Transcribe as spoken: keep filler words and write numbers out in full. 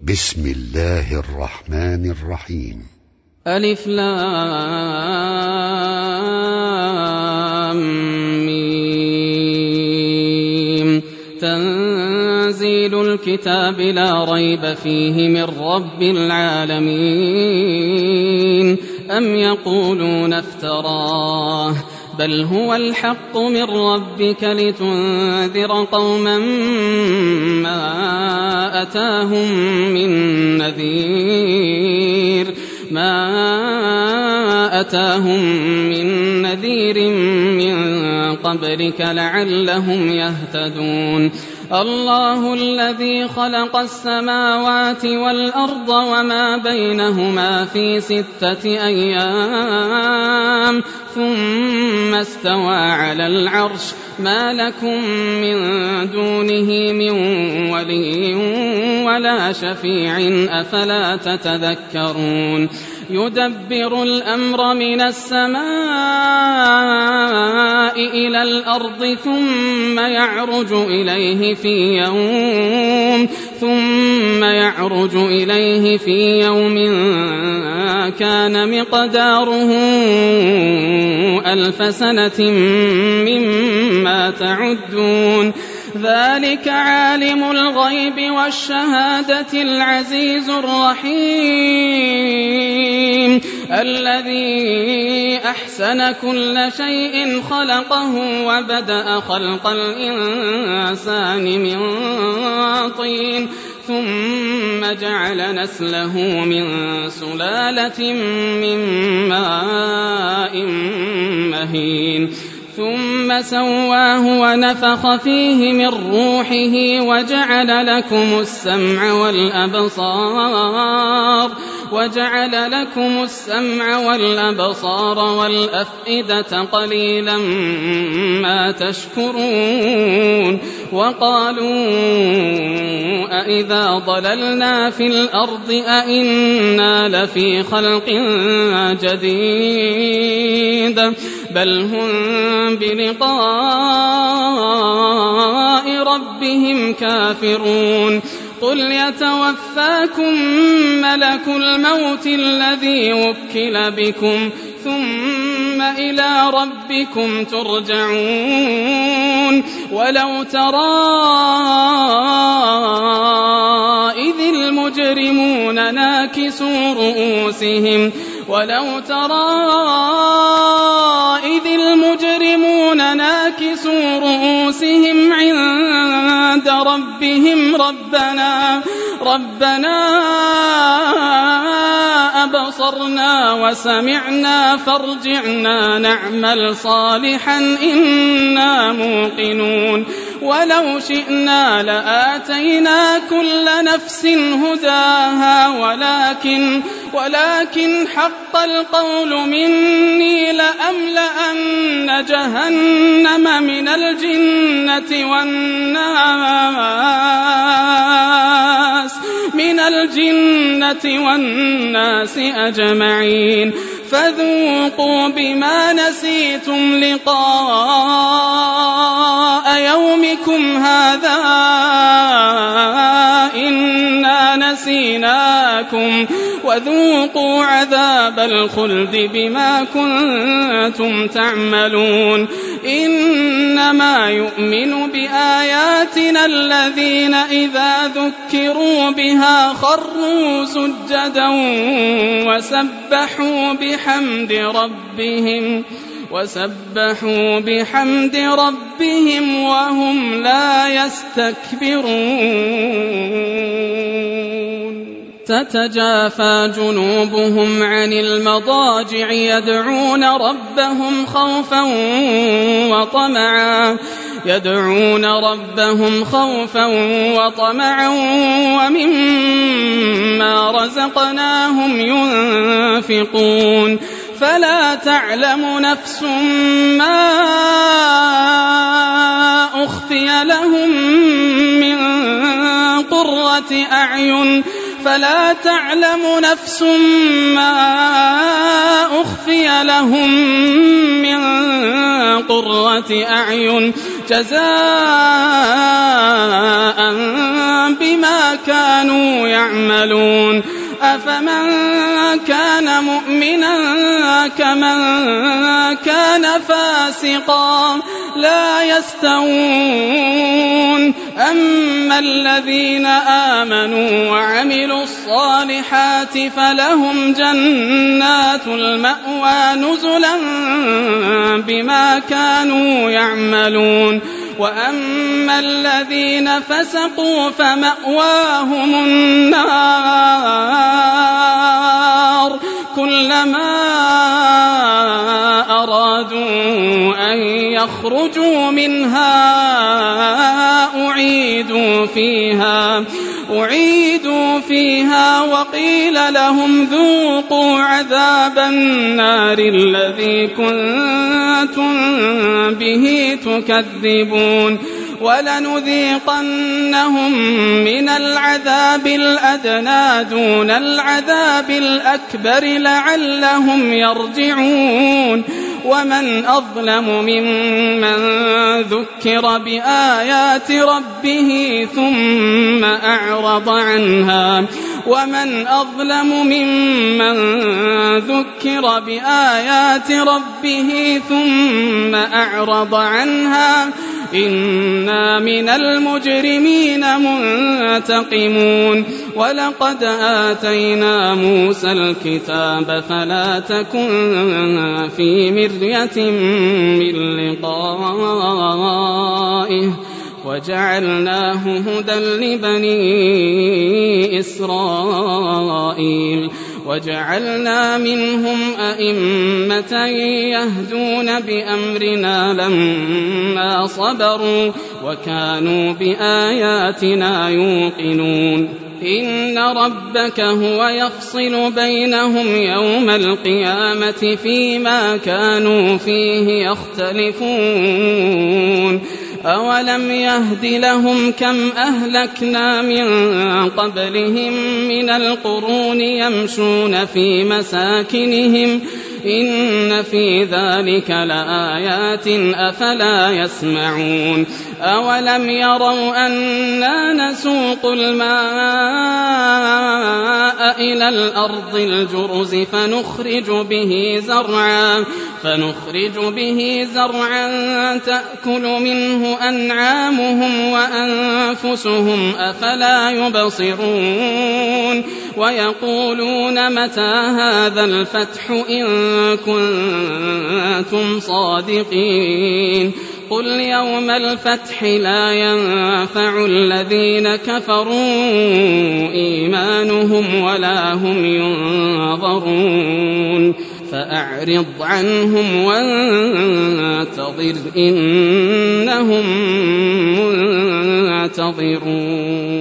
بسم الله الرحمن الرحيم. ألف لام ميم. تنزيل الكتاب لا ريب فيه من رب العالمين. أم يقولون افتراه بل هو الحق من ربك لتنذر قوما ما أتاهم من نذير ما أتاهم من نذير من قبلك لعلهم يهتدون. الله الذي خلق السماوات والأرض وما بينهما في ستة أيام ثم استوى على العرش ما لكم من دونه من ولي ولا شفيع أفلا تتذكرون. يدبر الأمر من السماء إلى الأرض ثم يعرج إليه في يوم ثم يعرج إليه في يوم كان مقداره ألف سنة مما تعدون. ذلك عالم الغيب والشهادة العزيز الرحيم الذي أحسن كل شيء خلقه وبدأ خلق الإنسان من طين ثم جعل نسله من سلالة من ماء مهين ثم سواه ونفخ فيه من روحه وجعل لكم السمع والأبصار وجعل لكم السمع والأبصار والأفئدة قليلا ما تشكرون. وقالوا أإذا ضللنا في الأرض أإنا لفي خلق جديد بل هم بلقاء ربهم كافرون. قل يتوفاكم ملك الموت الذي وكل بكم ثم إلى ربكم ترجعون. ولو ترى إذ المجرمون ناكسوا رؤوسهم ولو ترى إذ المجرمون ناكسوا رؤوسهم عند ربهم ربنا ربنا أبصرنا وسمعنا فارجعنا نعمل صالحا إنا موقنون. ولو شئنا لآتينا كل نفس هداها ولكن ولكن حق القول مني لأملأن جهنم من الجنة والناس من الجنة والناس أجمعين. فذوقوا بما نسيتم لقاء يومكم هذا إنا نسيناكم وذوقوا عذاب الخلد بما كنتم تعملون. إنما يؤمن بآياتنا الذين إذا ذكروا بها خروا سجدا وسبحوا بحمد ربهم وسبحوا بحمد ربهم وهم لا يستكبرون. تتجافى جنوبهم عن المضاجع يدعون ربهم خوفا وطمعا يدعون ربهم خوفا وطمعا ومما رزقناهم ينفقون. فلا تعلم نفس ما أخفي لهم من قرة أعين فلا تعلم نفس ما أخفي لهم من قرة أعين جزاء بما كانوا يعملون أفمن كان مؤمنا كمن كان فاسقا لا يستوون أما الذين آمنوا وعملوا الصالحات فلهم جنات المأوى نزلا بما كانوا يعملون وأما الذين فسقوا فمأواهم النار كلما أرادوا أن يخرجوا منها أعيدوا فيها أعيدوا فيها وقيل لهم ذوقوا عذاب النار الذي كنتم به تكذبون ولنذيقنهم من العذاب الأدنى دون العذاب الأكبر لعلهم يرجعون ومن أظلم ممن ذكر بآيات ربه ثم أعرض عنها ومن أظلم ممن ذكر بآيات ربه ثم أعرض عنها إنا من المجرمين منتقمون ولقد آتينا موسى الكتاب فلا تكن في مرية من لقائه وجعلناه هدى لبني إسرائيل وجعلنا منهم أئمة يهدون بأمرنا لما صبروا وكانوا بآياتنا يوقنون إن ربك هو يفصل بينهم يوم القيامة فيما كانوا فيه يختلفون أولم يهد لهم كم أهلكنا من قبلهم من القرون يمشون في مساكنهم إن في ذلك لآيات أفلا يسمعون أولم يروا أنا نسوق الماء إلى الأرض الجرز فنخرج به زرعا فنخرج به زرعا تأكل منه أنعامهم وأنفسهم أفلا يبصرون ويقولون متى هذا الفتح إن كنتم صادقين قل يوم الفتح لا ينفع الذين كفروا إيمانهم ولا هم ينظرون فأعرض عنهم وانتظر إنهم منتظرون.